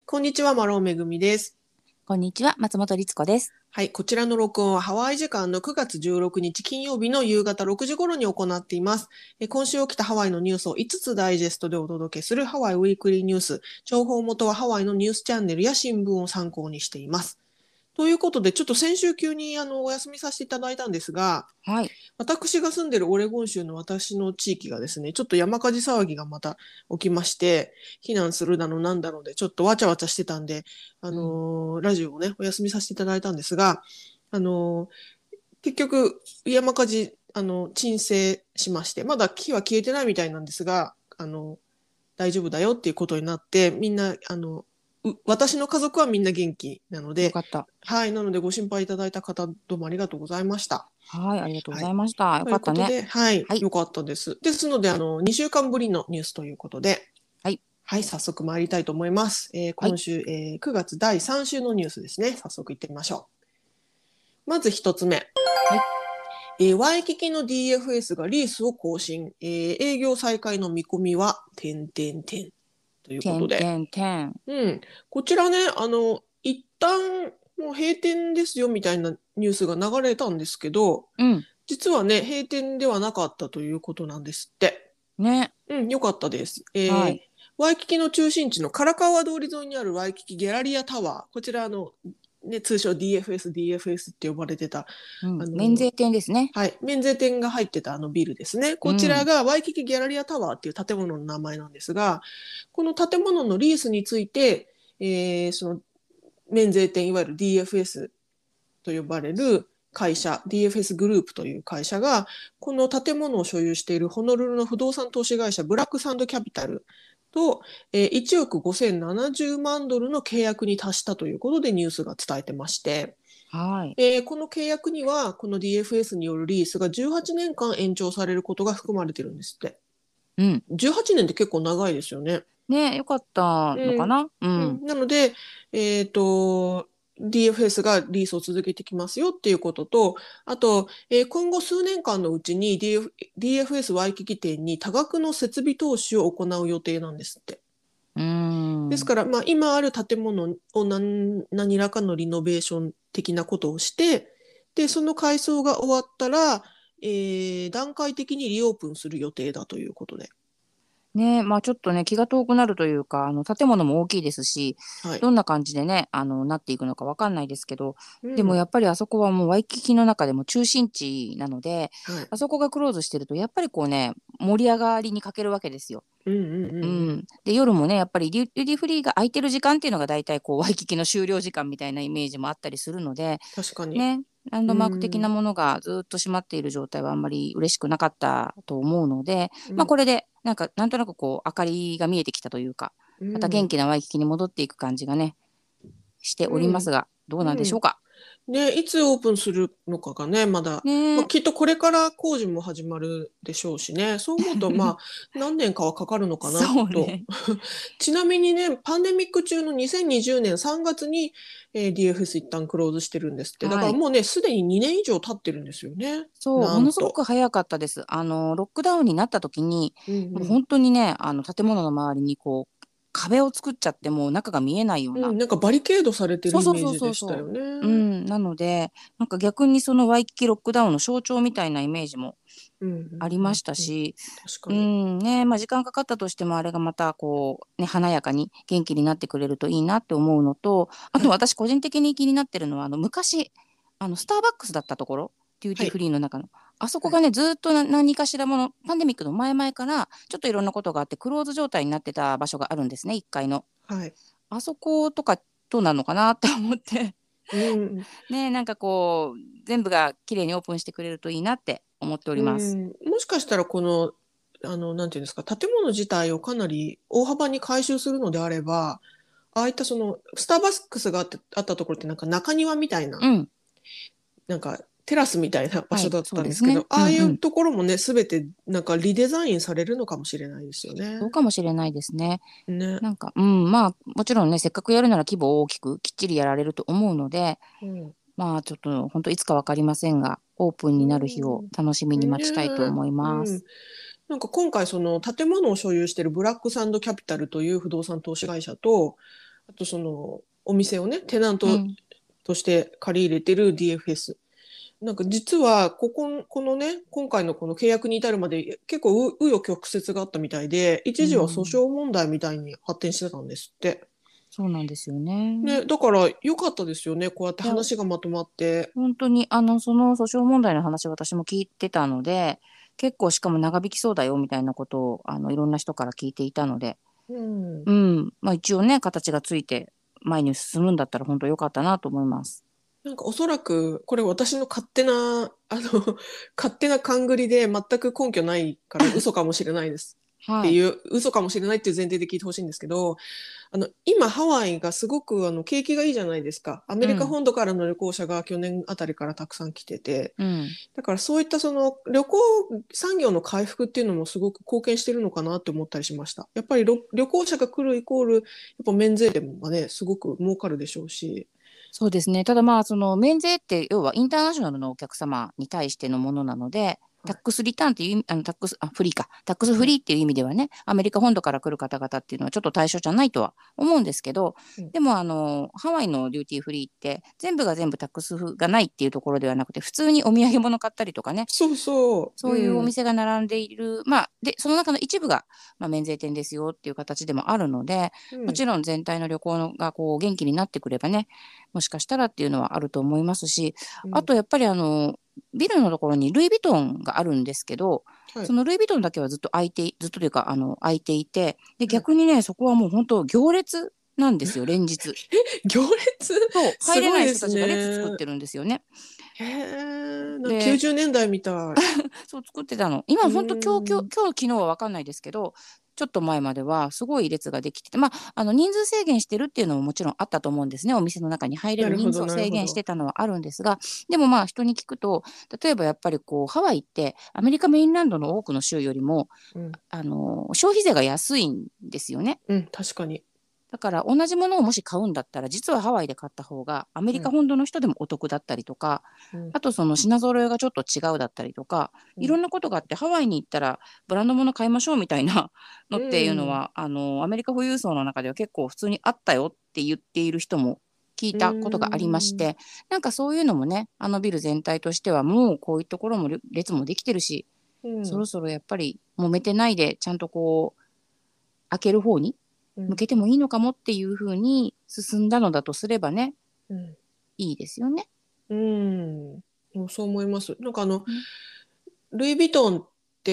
こんにちは、マロンめぐみです。 こんにちは、松本律子です。 はい、こちらの録音はハワイ時間の9月16日金曜日の夕方6時頃に行っています。今週起きたハワイのニュースを5つダイジェストでお届けするハワイウィークリーニュース。情報元はハワイのニュースチャンネルや新聞を参考にしています。ということで、ちょっと先週急にお休みさせていただいたんですが、 はい。 私が住んでるオレゴン州の私の地域がですね、ちょっと山火事騒ぎがまた起きまして、避難するだのなんだので、ちょっとわちゃわちゃしてたんで、 うん。 ラジオをね、お休みさせていただいたんですが、あの結局、山火事、鎮静しまして、まだ火は消えてないみたいなんですが、大丈夫だよっていうことになって、みんな、私の家族はみんな元気なので、 よかった。 はい、なのでご心配いただいた方、どうもありがとうございました。 はい、ありがとうごはい。 ざいました。よといかったね。 うことで、はい、 はい。 よかったです。ですので、2週間ぶりのニュースということで、 はい。 はい、早速参りたいと思います。 はい。 今週、9月第3週のニュースですね。早速行ってみましょう。まず一つ目。 はい。 ワイキキの DFS がリースを更新。営業再開の見込みは、点々点というこてんとで。 てんてん。 うん。こちらね、一旦もう閉店ですよみたいなニュースが流れたんですけど、 うん。 実はね、閉店ではなかったということなんですって。 ね。 うん、よかったです。 はい。 ワイキキの中心地の唐川通り沿いにあるワイキキギャラリアタワー。こちらね、通称 DFS って呼ばれてた、 うん。免あの、 税店ですね。 はい、免税店が入ってたあのビルですね。こちらうん。 がワイキキギャラリアタワーっていう建物の名前なんですが、この建物のリースについて、その免税店、いわゆる DFS と呼ばれる会社、DFS グループという会社が、この建物を所有しているホノルルの不動産投資会社、ブラックサンドキャピタルと、1億5070万ドルの契約に達したということでニュースが伝えてまして、 はい。 この契約には、この DFS によるリースが18年間延長されることが含まれてるんですって。 うん。 18年って結構長いですよね。 ね、よかったのうん。 かな。うん。 うん。なので、DFS がリースを続けてきますよっていうことと、あと、今後数年間のうちに DFS ワイキキ店に多額の設備投資を行う予定なんですって。 うーん。 ですから、まあ、今ある建物を何らかのリノベーション的なことをして、で、その改装が終わったら、段階的にリオープンする予定だということで。 ね、まあちょっとね、気が遠くなるというか、建物も大きいですし、 はい。 どんな感じでね、なっていくのかわかんないですけど、でもうん。 やっぱりあそこはもうワイキキの中でも中心地なので、 はい。 あそこがクローズしてると、やっぱりこうね、盛り上がりに欠けるわけですよ。 うんうんうんうん。 うん。で、夜もね、やっぱりデューティーフリーが空いてる時間っていうのが大体こう、ワイキキの終了時間みたいなイメージもあったりするので、 確かに。 ね、ランうドマーク的なん。 ものがずっと閉まっている状態はあんまり嬉しくなかったと思うので、ま、 うん。 これでなんとなくこう明かりが見えてきたというか、また元うん。 気なワイキキに戻っていく感じがね、しておりうん。 ますが、どうなんでうん。 しょうか？ ね、いつオープンするのかがね、まだ、まあ、 ね。 きっとこれから工事も始まるでしょうしね。そう思うと、まあ、何年かはかかるのかなと。 そうね。 ちなみにね、パンデミック中の2020年3月に、DFS 一旦クローズしてるんですって。だかはい。 らもうね、すでに2年以上経ってるんですよね。 そう、ものすごなんと。 く早かったです。ロックダウンになった時に、もううんうん。 ほんとにね、建物の周りにこう、壁を作っちゃって、もう中が見えないような。 うん、なんかバリケードされてるそうそうそうイメージでそうそしたよね。 う。うん、なので、逆にそのワイキキロックダウンの象徴みたいなイメージもうんうんうんありましたうん。 し、う確かに。 ん、ね、ま、時間かかったとしても、あれがまたこう、ね、華やかに元気になってくれるといいなって思うのと、あとはい。 私個人的に気になってるのは、昔、スターバックスだったところ、デューティーフはい。 リーの中の、あそこはい。 がね、ずっと何かしらものパンデミックの前々から、ちょっといろんなことがあって、クローズ状態になってた場所があるんですね、1階の。 はい。 あそことかどうなんのかなって思って。 うん。 ね、こう、全部が綺麗にオープンしてくれるといいなって思っておりうます。 ん。もしかしたらこの、なんていうんですか、建物自体をかなり大幅に改修するのであれば、ああいったその、スターバックスがあったところってなんか中庭みたいな、 うん。 なんかテラスみたいな場はい、 所だっそうですね。 たんですけど、ああいうんうん。 うところもね、すべてなんかリデザインされるのかもしれないですよね。 そうかもしれないですね。 ね。 うん、まあ、もちろんね、せっかくやるなら規模を大きくきっちりやられると思うので、 うん。 まあ、ちょっとほんといつか分かりませんが、オープンうになる日を楽しみにん。 待ちたいとね。 思いうん。 ます。 なんか今回その建物を所有しているブラックサンドキャピタルという不動産投資会社と、 あとそのお店をね、テナントうん。 として借り入れてる DFS。なんか実はこのね、今回のこの契約に至るまで結構紆余曲折があったみたいで、 う一時は訴ん。 訟問題みたいに発展してたんですって。 そうなんですよね。 ね、だから良かったですよね。こうやっていや、 話がまとまって。 本当に、その訴訟問題の話、私も聞いてたので、結構しかも長引きそうだよみたいなことを、いろんな人から聞いていたので、 うん。 うん。まあ一応ね、形がついて前に進むんだったら本当良かったなと思います。 なんかおそらく、これ私の勝手な、勝手な勘繰りで全く根拠ないから嘘かもしれないですってはい。 いう、嘘かもしれないっていう前提で聞いてほしいんですけど、今ハワイがすごく景気がいいじゃないですか。アメリカうん。 本土からの旅行者が去年あたりからたくさん来てて、 うん。 だからそういったその旅行産業の回復っていうのもすごく貢献してるのかなって思ったりしました。やっぱり旅行者が来るイコール、やっぱ免税店がね、すごく儲かるでしょうし。 そうですね。ただまあ、その免税って要はインターナショナルのお客様に対してのものなので、タッはい。 クスリターンっていう意味、タックス、フリーか。タックスフはい。 リーっていう意味ではね、アメリカ本土から来る方々っていうのはちょっと対象じゃないとは思うんですけど、 うん。 でもハワイのデューティーフリーって全部が全部タックスがないっていうところではなくて、普通にお土産物買ったりとかね、 そうそう。 そういうおうん。 店が並んでいる、まあ、で、その中の一部が、まあ、免税店ですよっていう形でもあるので、 うん。 もちろん全体の旅行のがこう元気になってくればね、もしかしたらっていうのはあると思いますし、 うん。 あとやっぱりビルのところにルイ・ヴィトンがあるんですけど、 はい。 そのルイ・ヴィトンだけはずっとというか、空いていて、で、 はい。 逆にね、そこはもう本当行列なんですよ、連日。 行列そう、入すごいですれない人たちが列作っね。 てるんですよね。 へえ、 で、 90年代みたい。 そう作ってたの。今うほんとーん。 今日、昨日は分かんないですけど、ちょっと前まではすごい列ができてて、ま、人数制限してるっていうのももちろんあったと思うんですね。お店の中に入れなるほど、 る人数を制限してなるほど。 たのはあるんですが、でもまあ人に聞くと、例えばやっぱりこうハワイってアメリカメインランドの多くの州よりも、 うん。 消費税が安いんですよね。 うん、確かに。 だから同じものをもし買うんだったら、実はハワイで買った方がアメリカうん。 本土の人でもお得だったりとか、 うん。 あとその品揃えがちょっと違うだったりとか、 うん。 いろんなことがあって、ハワイに行ったらブランド物買いましょうみたいなのうっていうのん。 は、アメリカ富裕層の中では結構普通にあったよって言っている人も聞いうたことがありましん。 て、なんかそういうのもね、あのビル全体としてはもうこういうところも列もできてるし、 うん。 そろそろやっぱり揉めてないでちゃんとこう開ける方にうん。 向けてもいいのかもっていう風に進んだのだとすればね、 うん。 いいですよね。 うん。もうそう思います。なんかね。 ルイ・ヴィトンって、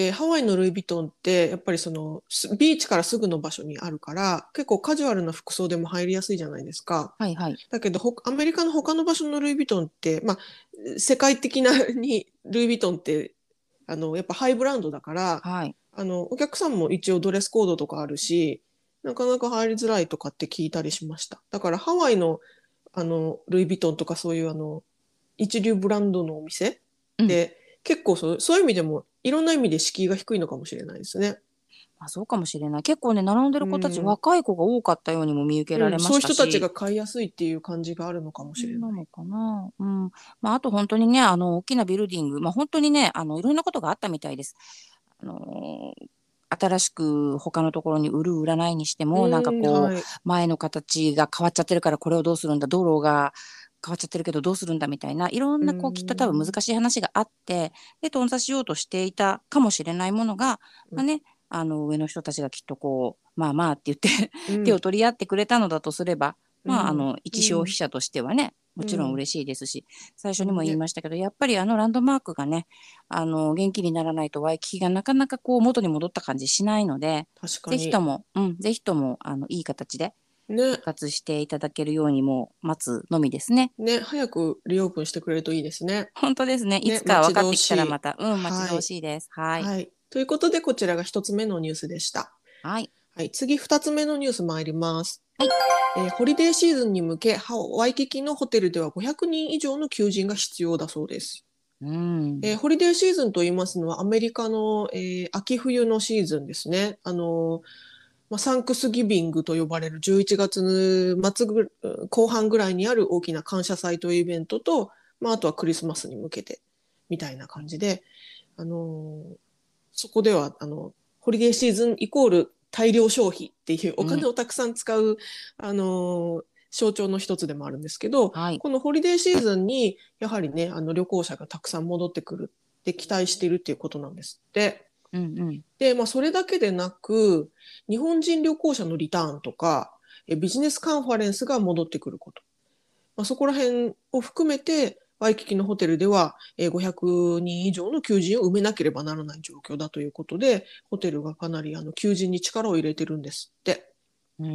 ハワイのルイ・ヴィトンって、やっぱりその、ビーチからすぐの場所にあるから、結構カジュアルな服装でも入りやすいじゃないですか。 はいはい。 だけど、アメリカの他の場所のルイ・ヴィトンって、まあ、世界的なにルイ・ヴィトンって、やっぱハイブランドだから、 はい。 お客さんも一応ドレスコードとかあるし、なかなか入りづらいとかって聞いたりしました。だからハワイの、ルイ・ヴィトンとかそういう一流ブランドのお店うん。 で、結構そういう意味でも、いろんな意味で敷居が低いのかもしれないですね。 まあ、そうかもしれない。結構ね、並んでうる子たち、 ん。 若い子が多かったようにも見受けらうん。 れまそういう人たちしたし、 が買いやすいっていう感じがあるのかもしれない。 なのかな。うん。まあ、あと本当にね、大きなビルディング、まあ、本当にね、いろんなことがあったみたいです。あの新しく他のところに売る売らないにしてうも、なんかん、 こう、 はい。 前の形が変わっちゃってるからこれをどうするんだ、道路が変わっちゃってるけどどうするんだみたいな、いろんうなこうきっと多分ん。 難しい話があって、で、頓挫しようとしていたかもしれないものが、 うん。 まあね、上の人たちがきっとこう、まあまあって言って手をうん。 取り合ってくれたのだとすれば、まあ、 うん。 一消費うん。 者としてはね、もうん。 ちろん嬉しいですし、最初にも言いね。 ましたけど、やっぱりあのランドマークがね、元気にならないとワイキキがなかなかこう元に戻った感じしないので、 確かに。 ぜひとも、うん、ぜひとも、いい形でね。 復活していただけるようにも待つのみですね。 ね。早くリオープンしてくれるといいですね。 本当ですね。いね。 つか待ち分かってきたらま遠しい。 た、うん、待ち遠はい。 しいです。はい。 はい。ということで、こちらが一つ目のニュースでした。 はい。 はい。次、二つ目のニュース参ります。 はい。 ホリデーシーズンに向け、ワイキキのホテルでは500人以上の求人が必要だそうです。 うん。 ホリデーシーズンと言いますのはアメリカの、秋冬のシーズンですね。まあ、サンクスギビングと呼ばれる11月末後半ぐらいにある大きな感謝祭というイベントと、まあ、あとはクリスマスに向けてみたいな感じで、あのそこではホリデーシーズンイコール大量消費っていうお金うん、 をたくさん使う、象徴の一つでもあるんですけど、 はい。 このホリデーシーズンにやはりね、旅行者がたくさん戻ってくるって期待しているっていうことなんですって。 うんうん。 で、それだけでなく、日本人旅行者のリターンとか、ビジネスカンファレンスが戻ってくること。そこら辺を含めて、ワイキキのホテルでは500人以上の求人を埋めなければならない状況だということで、ホテルがかなり求人に力を入れてるんですって。 うん。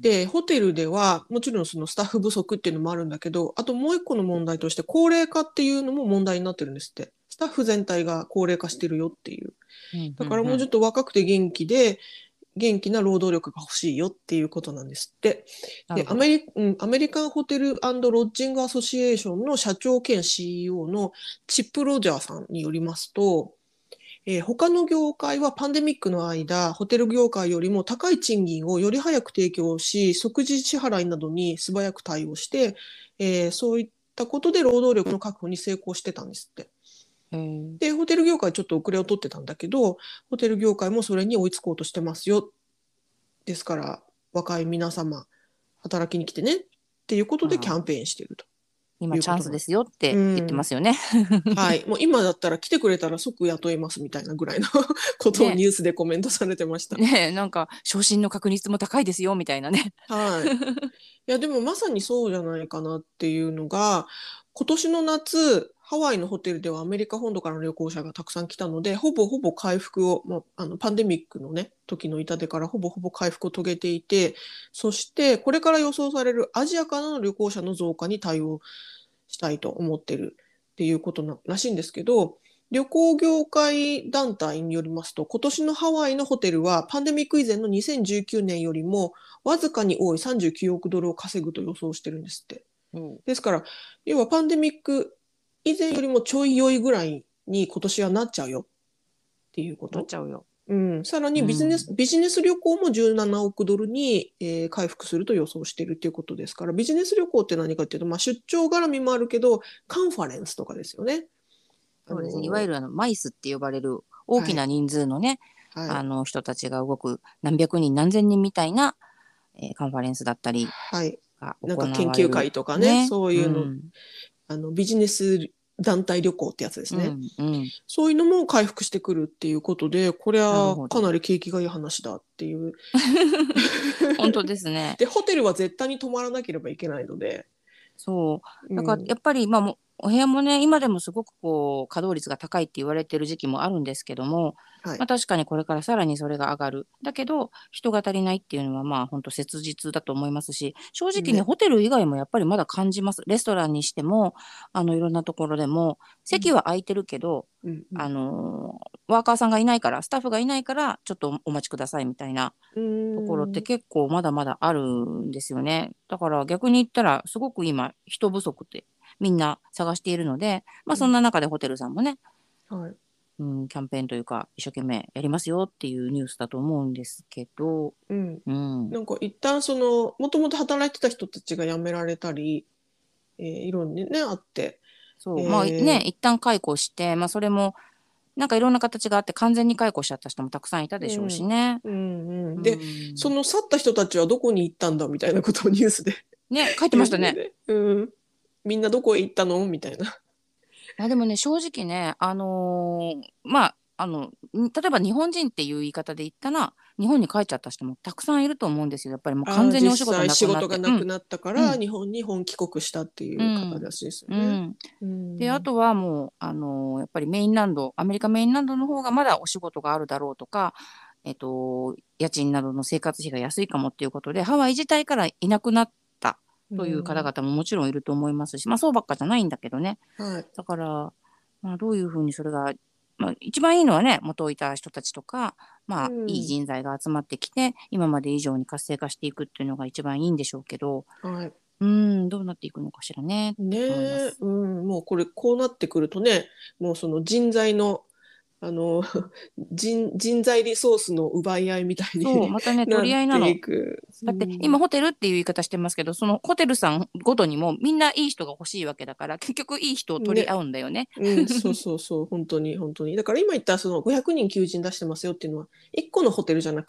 で、ホテルではもちろんそのスタッフ不足っていうのもあるんだけど、あともう一個の問題として高齢化っていうのも問題になってるんですって。スタッフ全体が高齢化してるよっていう。 うんうだからもうちょんうん。 っと若くて元気な労働力が欲しいよっていうことなんですって。で、 なるほど。 アメリカンホテルロッジングアソシエーションの社長兼 CEO のチップ・ロジャーさんによりますと、他の業界はパンデミックの間、ホテル業界よりも高い賃金をより早く提供し、即時支払いなどに素早く対応して、そういったことで労働力の確保に成功してたんですって。 へえ。 で、ホテル業界ちょっと遅れを取ってたんだけど、ホテル業界もそれに追いつこうとしてますよ。ですから、若い皆様、働きに来てねっていうことでキああ、 ャンペーンしているとい今チャンスうことなんです。 ですよって言ってますよね。 はい。もう今だったら来てくれたら即雇いますみたいなぐらいのことをね。 ニュースでコメントされてました。 ね、なんか昇進の確率も高いですよみたいなね。 はい。いや、でもまさにそうじゃないかなっていうのが、今年の夏、ハワイのホテルではアメリカ本土からの旅行者がたくさん来たので、ほぼほぼ回復を、パンデミックのね、時の痛手からほぼほぼ回復を遂げていて、そしてこれから予想されるアジアからの旅行者の増加に対応したいと思ってるっていうことらしいんですけど、旅行業界団体によりますと、今年のハワイのホテルはパンデミック以前の2019年よりもわずかに多い39億ドルを稼ぐと予想してるんですって。 うん、 ですから、要はパンデミック以前よりもちょい良いぐらいに今年はなっちゃうよっていうこと。 なっちゃうよ。 さらにうん。 ビジネス旅行も17億ドルに、回復すると予想しているということですから、ビジネス旅行って何かっていうと、出張絡みもあるけど、カンファレンスとかですよね。あそうですね。いわゆの、 るマイスって呼ばれる大はい、 きな人数のね、 はい、 人たちが動く何百人何千人みたいな、カンファレンスだったりはい。 が行なんか研究われる。 会とかね、 ね。 そういうの、 うん。 ビジネス団体旅行ってやつですね。 うん。うん。 そういうのも回復してくるっていうことで、これはかなるほど。 なり景気がいい話だっていう。 本当ですね。 で、ホテルは絶対に泊まらなければいけないので、 そう。だからうん、 やっぱり、まあ、お部屋もね、今でもすごくこう、稼働率が高いって言われてる時期もあるんですけども、 はい。 まあ確かにこれからさらにそれが上がる。だけど、人が足りないっていうのはまあ本当切実だと思いますし、正直ね、 ね。 ホテル以外もやっぱりまだ感じます。レストランにしても、いろんなところでも、 うん、 席は空いてるけど、 うん、うん。 あのワーカーさんがいないから、スタッフがいないから、ちょっとお待ちくださいみたいなうーところってん、 結構まだまだあるんですよね。だから逆に言ったらすごく今人不足ってみんな探しているので、まあそんな中でホテルさんもね、 はい。 うん、キャンペーンというか一生懸命やりますよっていうニュースだと思うんですけど、 うん。 うん、 なんか一旦もともと働いてた人たちが辞められたり、いろんなね、あって、 そう、まあね、 え一旦解雇して、まあそれもなんかいろんな形があって完全に解雇しちゃった人もたくさんいたでしょうしうん、 ね。 うん、うん。 うで、そん、 の去った人たちはどこに行ったんだみたいなことをニュースでね、書い言てましたね。 ってて、うん。みんなどこへ行ったのみたいな。 まあでもね、正直ね、まあ、例えば日本人っていう言い方で言ったら、日本に帰っちゃった人もたくさんいると思うんですよ。やっぱりもう完ああ、実全にお仕事際仕なくなって。 事がなうん、 くなったかうん、 ら日本に本帰国したっていうう方らん、 しいですよね。 うん。 うで、あん。 とはもう、やっぱりメインランド、アメリカメインランドの方がまだお仕事があるだろうとか、家賃などの生活費が安いかもっていうことで、ハワイ自体からいなくなったうという方ん。 々ももちろんいると思いますし、まあそうばっかじゃないんだけどね。 はい。 だから、まあ、どういうふうにそれが、まあ、一番いいのはね、元いた人たちとか、 うまあ、いいん。 人材が集まってきて、今まで以上に活性化していくっていうのが一番いいんでしょうけど、 はい。 どうなっていくのかしらねっねて思いまえ、 す。 うん、もうこうなってくるとね、もうその人材の、あの、人材リソースの奪い合いみたいそう、 にまたね、 な取ってり合いなの。 いく。うだって今ん、 ホテルっていう言い方してますけど、そのホテルさんごとにもみんないい人が欲しいわけだから、結局いい人を取りね。 合うんだよね。 うん、そうそうそう、本当に、本当に。だから今言ったその500人求人出してますよっていうのは、1個のホテルじゃなくて、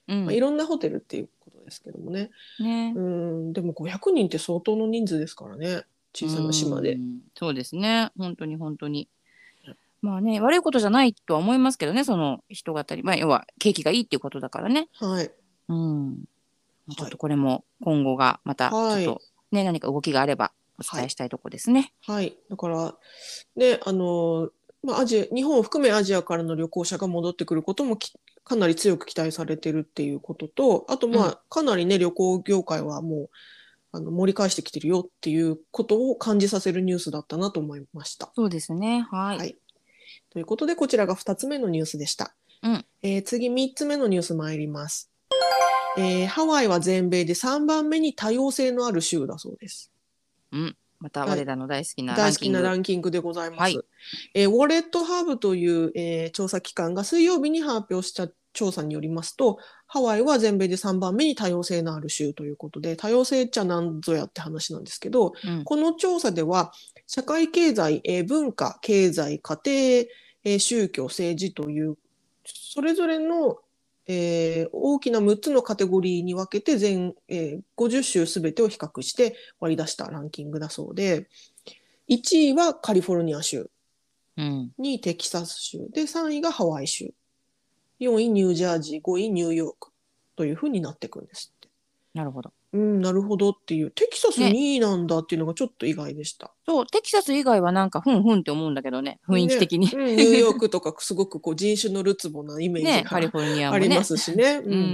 いろんなホテルっていうことですけどもね。 ね。 でも500人って相当の人数ですからね。小さな島で。 そうですね。本当に本当に。まあね、悪いことじゃないとは思いますけどね、その人語り。まあ、要は景気がいいっていうことだからね。 はい。 うん。ちょっはい。 とこれも今後がまたちょっはい。 とね、何か動きがあればおはい。 伝えしたいとこですね。 はい。だから、ね、日本を含めアジアからの旅行者が戻ってくることもかなり強く期待されてるっていうことと、あと、 うん。 かなりね、旅行業界はもう、盛り返してきてるよっていうことを感じさせるニュースだったなと思いました。 そうですね。はい。 はい。ということで、こちらが2つ目のニュースでした。 うん。 次、3つ目のニュース参ります。ハワイは全米で3番目に多様性のある州だそうです。 うん。またはい。 我らの大好きなラ大好きなンキング。 ランキングでございまはい。 す。ウォレットハブという、調査機関が水曜日に発表した調査によりますと、ハワイは全米で3番目に多様性のある州ということで、多様性っちゃなんぞやって話なんですけど、 うん。 この調査では、社会経済、文化、経済、家庭、宗教、政治という、それぞれの、大きな6つのカテゴリーに分けて50州すべてを比較して割り出したランキングだそうで、1位はカリフォルニア州、 うん。 2位テキサス州、で3位がハワイ州、4位ニュージャージー、5位ニューヨークというふうになっていくんですって。 なるほど。 なるほどっていう。テキサスね。 2位なんだっていうのがちょっと意外でした。 そう、テキサス以外はなんかふんふんって思うんだけどね、雰囲気ね、 的に。 ニューヨークとかすごくこう人種のるつぼなイメージね、カリがフォルニありまアもね。 すしね。 うん。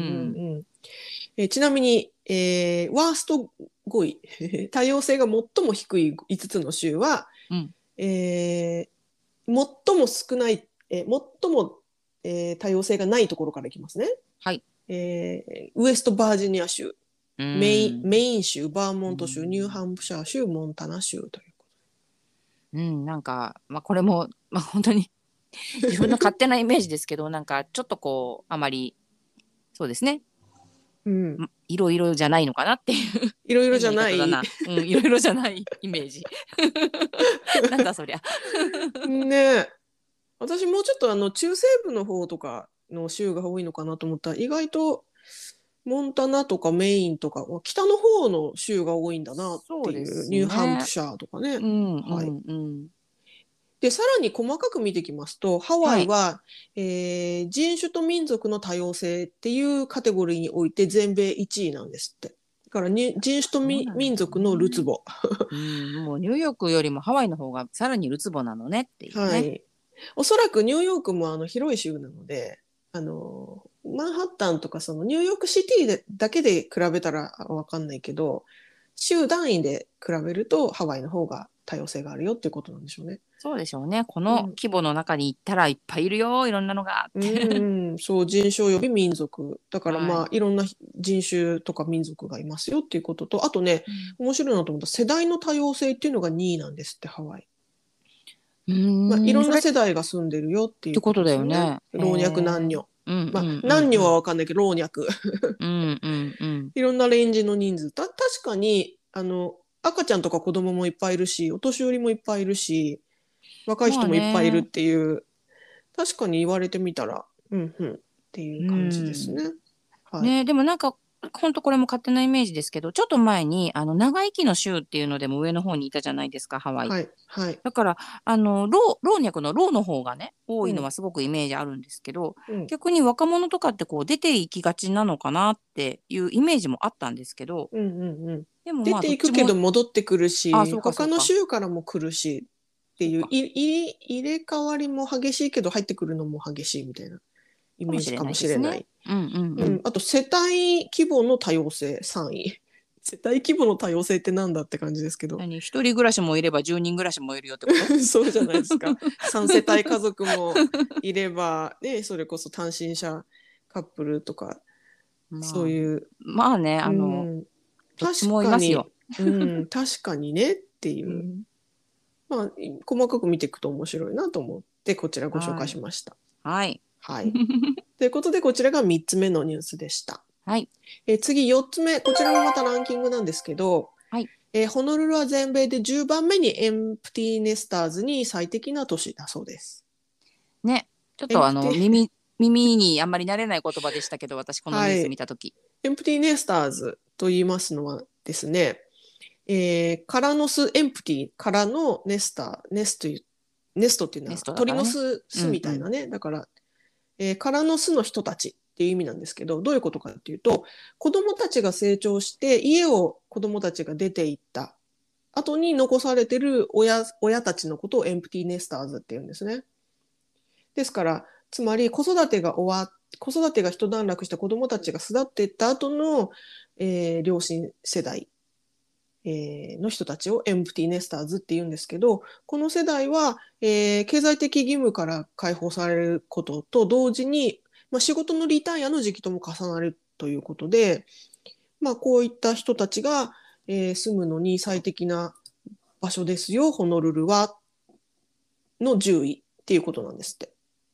ちなみに、ワースト5位、多様性が最も低い5つの州は、 うん。 え最も少ない、最も、多様性がないところからいきますね。 はい。 ウエストバージニア州、 うメん。 イン州、バーモうント州、ニューハん。 ンプシャー州、モンタナ州というこうん、なんか、まあ、これも、まあ、本当に自分の勝手なイメージですけど、なんかちょっとこう、あまり、そうですね、 と。 いろいろじゃないのかなっていういろいろじ変な言いゃない。 方だな。うん、いろいろじゃないイメージ。なんだそりゃ。 ね、私もうちょっと中西部の方とかの州が多いのかなと思ったら、意外とモンタナとかメインとか、北の方の州が多いんだなっていう、 そうですニューハンプね。 シャーとかね。 うんうはい。 んうん。 で、さらに細かく見ていきますと、ハワはい。 イは、人種と民族の多様性っていうカテゴリーにおいて全米1位なんですって。だから人種とそうなんだ民族のるつね。 ぼ。 うん、もうニューヨークよりもハワイの方がさらにるつぼなのねっていうね。 はい。おそらくニューヨークも広い州なので、マンハッタンとかそのニューヨークシティだけで比べたらわかんないけど、州単位で比べるとハワイの方が多様性があるよっていうことなんでしょうね。 そうでしょうね。こうん。 の規模の中に行ったらいっぱいいるよ、いろんなのがっうて。 そう、人種及び民族。だからはい。 いろんな人種とか民族がいますよっていうことと、あとね、 うん。 面白いなと思った世代の多様性っていうのが2位なんですって、ハワイ。 ういーん、それっろんな世代が住んでるよっていうことてことだですよね。 よね。へ老若男え。 女。 うんうんうん男女はうん。 わかんないけど、老若。 うんうんうん。 いろんなレンジの人数。確かに、赤ちゃんとか子供もいっぱいいるし、お年寄りもいっぱいいるし、若いまあ人もいっぱいいるっね。 ていう、確かに言われてみたら、っていうう感じですん。 ね。はい。 ね、でもなんか、ほんとこれも勝手なイメージですけど、ちょっと前に、長生きの州っていうのでも上の方にいたじゃないですか、ハワイ。 はい。はい。 だから、老若の老の方がね、多いのうん。 はすごくイメージあるんですけど、 うん。 逆に若者とかってこう出ていきがちなのかなっていうイメージもあったんですけど、 うんうんうん。 でもまあ出てどっちも、 いくけど戻ってくるあ、 し、 そうかそ他のうか。 州からも来るしっていう、 そうか。 入れ替わりも激しいけど入ってくるのも激しいみたいなイかもしれメージかもないですね。 しれない。 うんうんうん。 あと世帯規模の多様性3位。世帯規模の多様性ってなんだって感じですけど。 一人暮らしもいれば10人暮らしもいるよってこと？ そうじゃないですか。3世帯家族もいれば、ね、それこそ単身者カップルとか、そうまあ、 いう、 まあね、 うん、 どっち確もいますよ。 かに、確かにねっていう、 うん。 細かく見ていくと面白いなと思って、こちらご紹はい。 介しました。 はい。 はい。ということで、こちらが3つ目のニュースでした。 はい。 次、4つ目。こちらもまたランキングなんですけど、 はい。 ホノルルは全米で10番目にエンプティネスターズに最適な都市だそうです。 ね。ちょっとエンプティ、 耳にあんまり慣れない言葉でしたけど、私このニュース見たとき。 エンプティネスターズと言いますのはですね、空の巣エンプティからのネスター、ネストっていうのネは鳥のストだからね。 巣みたいなね。だから、空の巣の人たちっていう意味なんですけど、どういうことかっていうと、子供たちが成長して家を子供たちが出ていった後に残されてる親たちのことをエンプティネスターズって言うんですね。ですから、つまり子育てが一段落した子供たちが巣立っていった後の、両親世代、の人たちをエンプティネスターズって言うんですけど、この世代は、経済的義務から解放されることと同時に、仕事のリタイアの時期とも重なるということで、こういった人たちが、住むのに最適な場所ですよ、ホノルルは、の10位っていうことなんですって。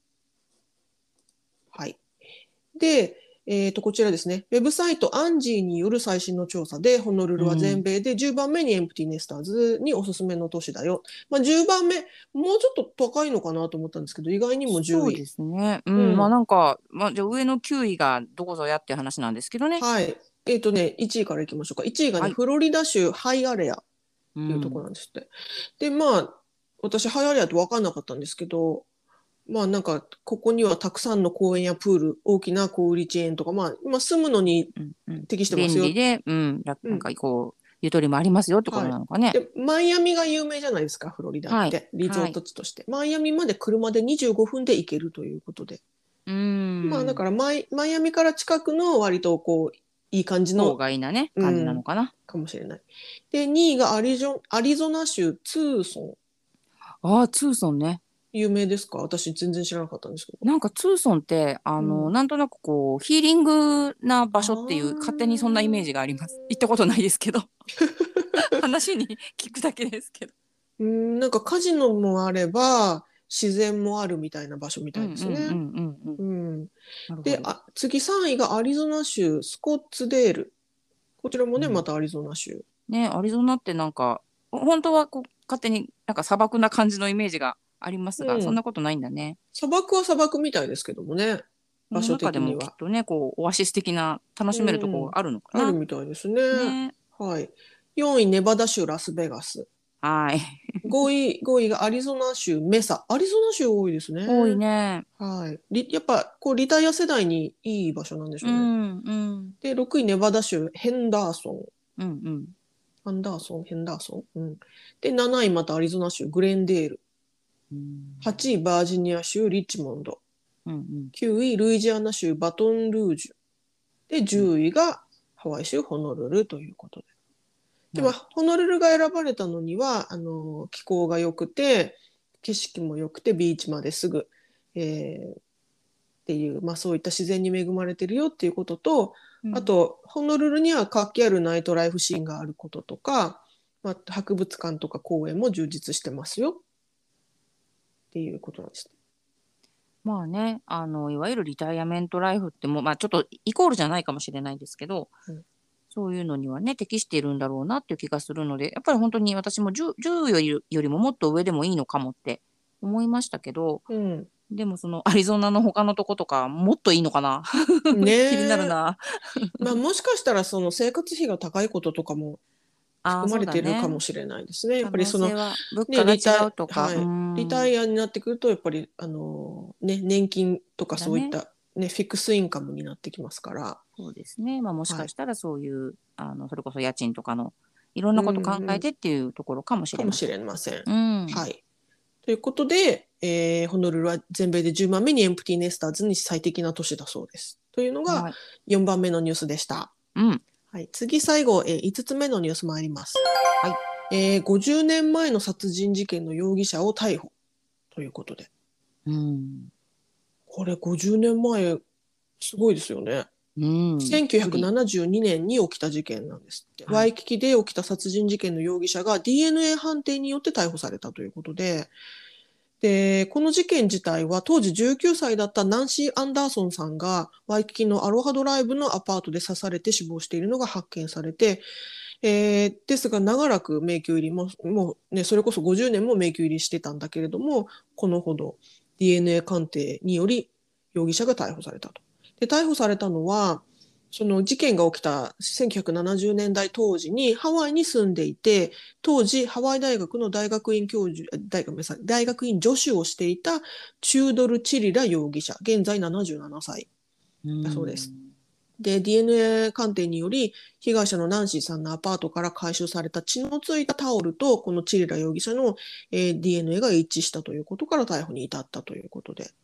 はい。で、こちらですね。ウェブサイトアンジーによる最新の調査で、ホノルルは全米で10番目にエンプティネスターズにおすすめの都市だよ。10番目、もうちょっと高いのかなと思ったんですけど、意外にも10位。 そうですね。 うん。 なんか、じゃあ上の9位がどこぞやっていう話なんですけどね。 はい。1位からいきましょうか。1位がね、 はい。 フロリダ州ハイアレアっうていうところん。 なんですって。で、私ハイアレアって分かんなかったんですけど、なんか、ここにはたくさんの公園やプール、大きな小売チェーンとか、住むのにうんうん。 適してますよ。 便利で、なんうん。 かこう、ゆとりもありますよってことはい。 なのかね。 で、マイアミが有名じゃないですか、フロリダっはい。 て。リゾーはい。 ト地として。マイアミまで車で25分で行けるということで。 うーだん。 からマイアミから近くの割とこう、いい感じ郊の、 外なね、感じなのうん、 かな。 かもしれない。で、2位がアリゾナ州ツーソン。 ああ、ツーソンね。 有名ですか？私全然知らなかったんですけど。 なんかツーソンって、 うん。 なんとなくこう、ヒーリングな場あ所っていう、勝手にそんなイメーー。 ジがあります。行ったことないですけど。話に聞くだけですけど。 なんかカジノもあれば、自然もあるみたいな場所みうんうんうんたいですね。 うんうん。 うん。で、 なるほど。 次3位がアリゾナ州スコッツデール。こちらもね、まうん。 たアリゾナ州。 ね、アリゾナってなんか、本当はこう、勝手になんか砂漠な感じのイメージがありますが、 うん。 そんなことないんだね。 砂漠は砂漠みたいですけどもね。 そ場所の中でもきっ的には。 とね、こう、オアシス的な楽うしめるとこん。 があるのかな。 あるみたいですね。 ね。 はい。4位、ネバダ州ラスベガス。 はい。 5位がアリゾナ州メサ。アリゾナ州多いです多いね。 ね。 はい。やっぱ、こう、リタイア世代にいい場所なんでしょうね。 うん、うん、 で、6位、ネバダ州ヘンダーソン。 うん、うん。 ヘンダーソン。うん。で、7位、またアリゾナ州グレンデール。 うん、 8位、バージニア州リッチモンド。 うん、 9位、ルイジアナ州バトンルージュ。で、 うん。 10位がハワイ州ホノルルということで。で、 なるほホノルルが選ばれたのには、気候が良くて、景色も良くて、ビーチまですぐ、っていう、そういった自然に恵まれてるよっていうことと、 ど。うん。 あと、ホノルルには活気あるナイトライフシーンがあることとか、博物館とか公園も充実してますよっていうことなんです。 まあね、いわゆるリタイアメントライフってもう、ちょっとイコールじゃないかもしれないですけど、 うん。 そういうのにはね、適しているんだろうなっていう気がするので、やっぱり本当に私も10よりももっと上でもいいのかもって思いましたけど、 うん。 でもそのアリゾナの他のとことか、もっといいのかな。 ね気になるえ。 な。 もしかしたらその生活費が高いこととかもああ、そう含まれているかだね。 もしれないですね。やっ可ぱりその能性は、物価ね、 が違うとか、 はい。リタイアになってくると、やっぱり、年金とかだね。 そういったね、フィックスインカムになってきますから。 そうですね。もしはい。 かしたらそういう、それこそ家賃とかの、いろんうなこと考んうん。 えてっていうところかもしかもしれません。 れません。 うん。 はい。ということで、ホノルルは全米で10番目にエンプティネスターズに最適な都市だそうです。というのがはい。 4番目のニュースでした。 うん。 はい。次、最後、5つ目のニュース参ります。 はい。 50年前の殺人事件の容疑者を逮捕ということで。 うん。 これ50年前、すごいですよね。 うん。びっくり。 1972年に起きた事件なんですって。 はい。 ワイキキで起きた殺人事件の容疑者が DNA 判定によって逮捕されたということで、で、この事件自体は当時19歳だったナンシー・アンダーソンさんがワイキキのアロハドライブのアパートで刺されて死亡しているのが発見されて、ですが長らく迷宮入りもうね、それこそ50年も迷宮入りしてたんだけれども、このほど DNA 鑑定により、 容疑者が逮捕されたと。で、逮捕されたのは、その事件が起きた1970年代当時にハワイに住んでいて、当時ハワイ大学の大学院教授、大学院助手をしていたチュードル・チリラ容疑者、現在77歳だそうです。で、DNA 鑑定により、被害者のナンシーさんのアパートから回収された血のついたタオルと、このチリラ容疑者の、DNA が一致したということから逮捕に至ったということで。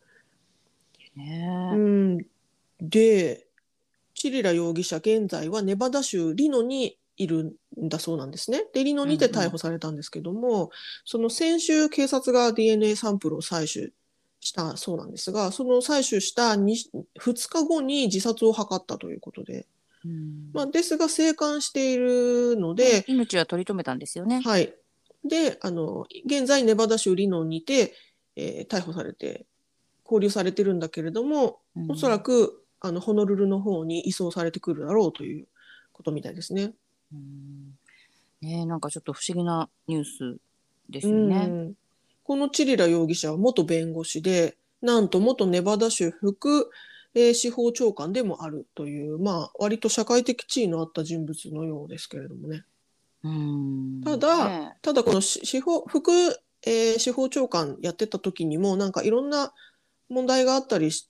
で、チリラ容疑者、現在はネバダ州リノにいるんだそうなんですね。で、リノにて逮捕されたんですけども、その先週警察が DNA サンプルを採取したそうなんですが、その採取した 2日後に自殺を図ったということで、ですが生還しているので、 命は取り留めたんですよね。 はい。で、現在ネバダ州リノンにて、逮捕されて勾留されてるんだけれども、おそらくホノルルの方に移送されてくるだろうということみたいですね。 なんかちょっと不思議なニュースですよね。 このチリラ容疑者は元弁護士で、なんと元ネバダ州副、司法長官でもあるという、割と社会的地位のあった人物のようですけれどもね。ただこの副、司法長官やってた時にもなんかいろんな問題があったりして、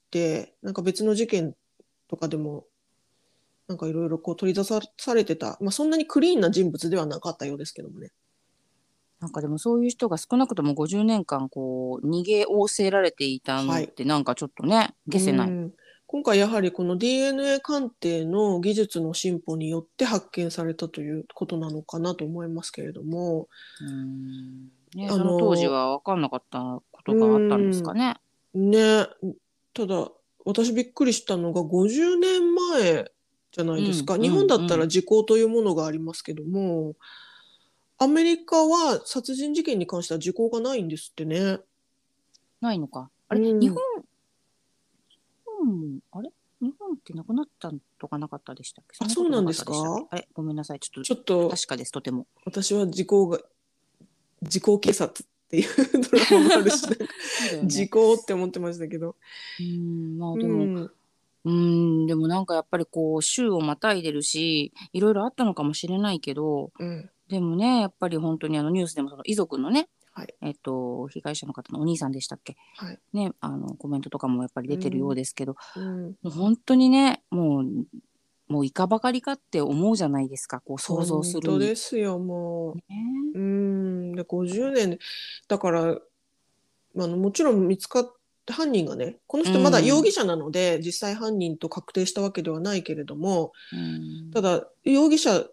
なんか別の事件とかでもなんかいろいろ取り出されてた、そんなにクリーンな人物ではなかったようですけどもね。 なんかでもそういう人が少なくとも50年間逃げおおせられていたのってなんかちょっとね、解せない。 今回やはりこの DNA 鑑定の技術の進歩によって発見されたということなのかなと思いますけれども、 その当時は分かんなかったことがあったんですかね。 ただ私びっくりしたのが50年前じゃないですか。日本だったら時効というものがありますけども、アメリカは殺人事件に関しては時効がないんですってね。 ないのか。あれ、日本ってなくなったとかなかったでしたっけ？ そうなんですか？ ごめんなさい。ちょっと確かです、とても。 私は時効警察っていうドラマもあるし、時効って思ってましたけど。 でもなんかやっぱり州をまたいでるし、いろいろあったのかもしれないけど、でもね、やっぱり本当にニュースでもその遺族のね、被害者の方のお兄さんでしたっけ、ね、コメントとかもやっぱり出てるようですけど、もう本当にね、もういかばかりかって思うじゃないですか、想像するに。 本当ですよ、もう。で50年だから、もちろん犯人がね、この人まだ容疑者なので、実際犯人と確定したわけではないけれども、ただ容疑者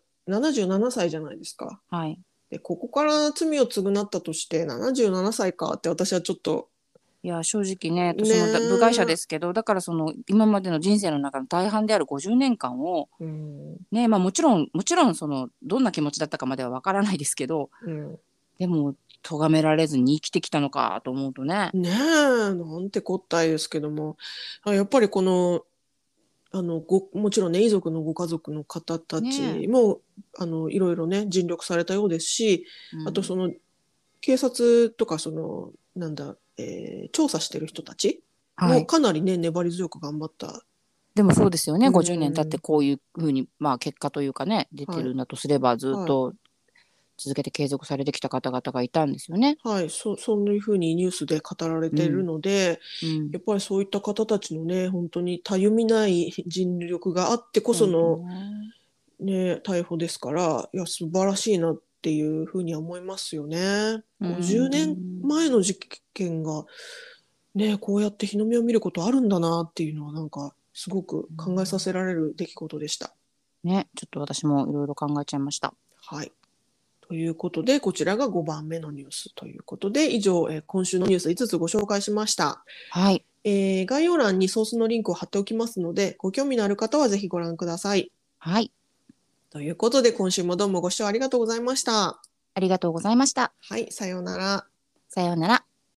77歳じゃないですか。でここから罪を償ったとして77歳かって私はちょっと。 いや正直ね、私も部外者ですけど、だからその今までの人生の中の大半である50年間を、もちろんそのどんな気持ちだったかまではわからないですけど、でも咎められずに生きてきたのかと思うとね。 なんてこったいですけども、やっぱりこのもちろんね遺族のご家族の方たちも、いろいろね尽力されたようですし、あとその警察とかその調査してる人たちもかなりね、粘り強く頑張った。 でもそうですよね、50年経ってこういうふうに、結果というかね出てるんだとすれば、ずっと続けて継続されてきた方々がいたんですよね。 そういうふうにニュースで語られているので、やっぱりそういった方たちのね本当にたゆみない尽力があってこその、逮捕ですから、いや素晴らしいなっていうふうには思いますよね。50年前の事件がねこうやって日の目を見ることあるんだなっていうのはなんかすごく考えさせられる出来事でした。 ちょっと私もいろいろ考えちゃいました。 ということで、こちらが5番目のニュースということで、以上、今週のニュース5つご紹介しました。概要欄にソースのリンクを貼っておきますので、ご興味のある方はぜひご覧ください。ということで、今週もどうもご視聴ありがとうございました。 ありがとうございました。 さようなら。 さようなら。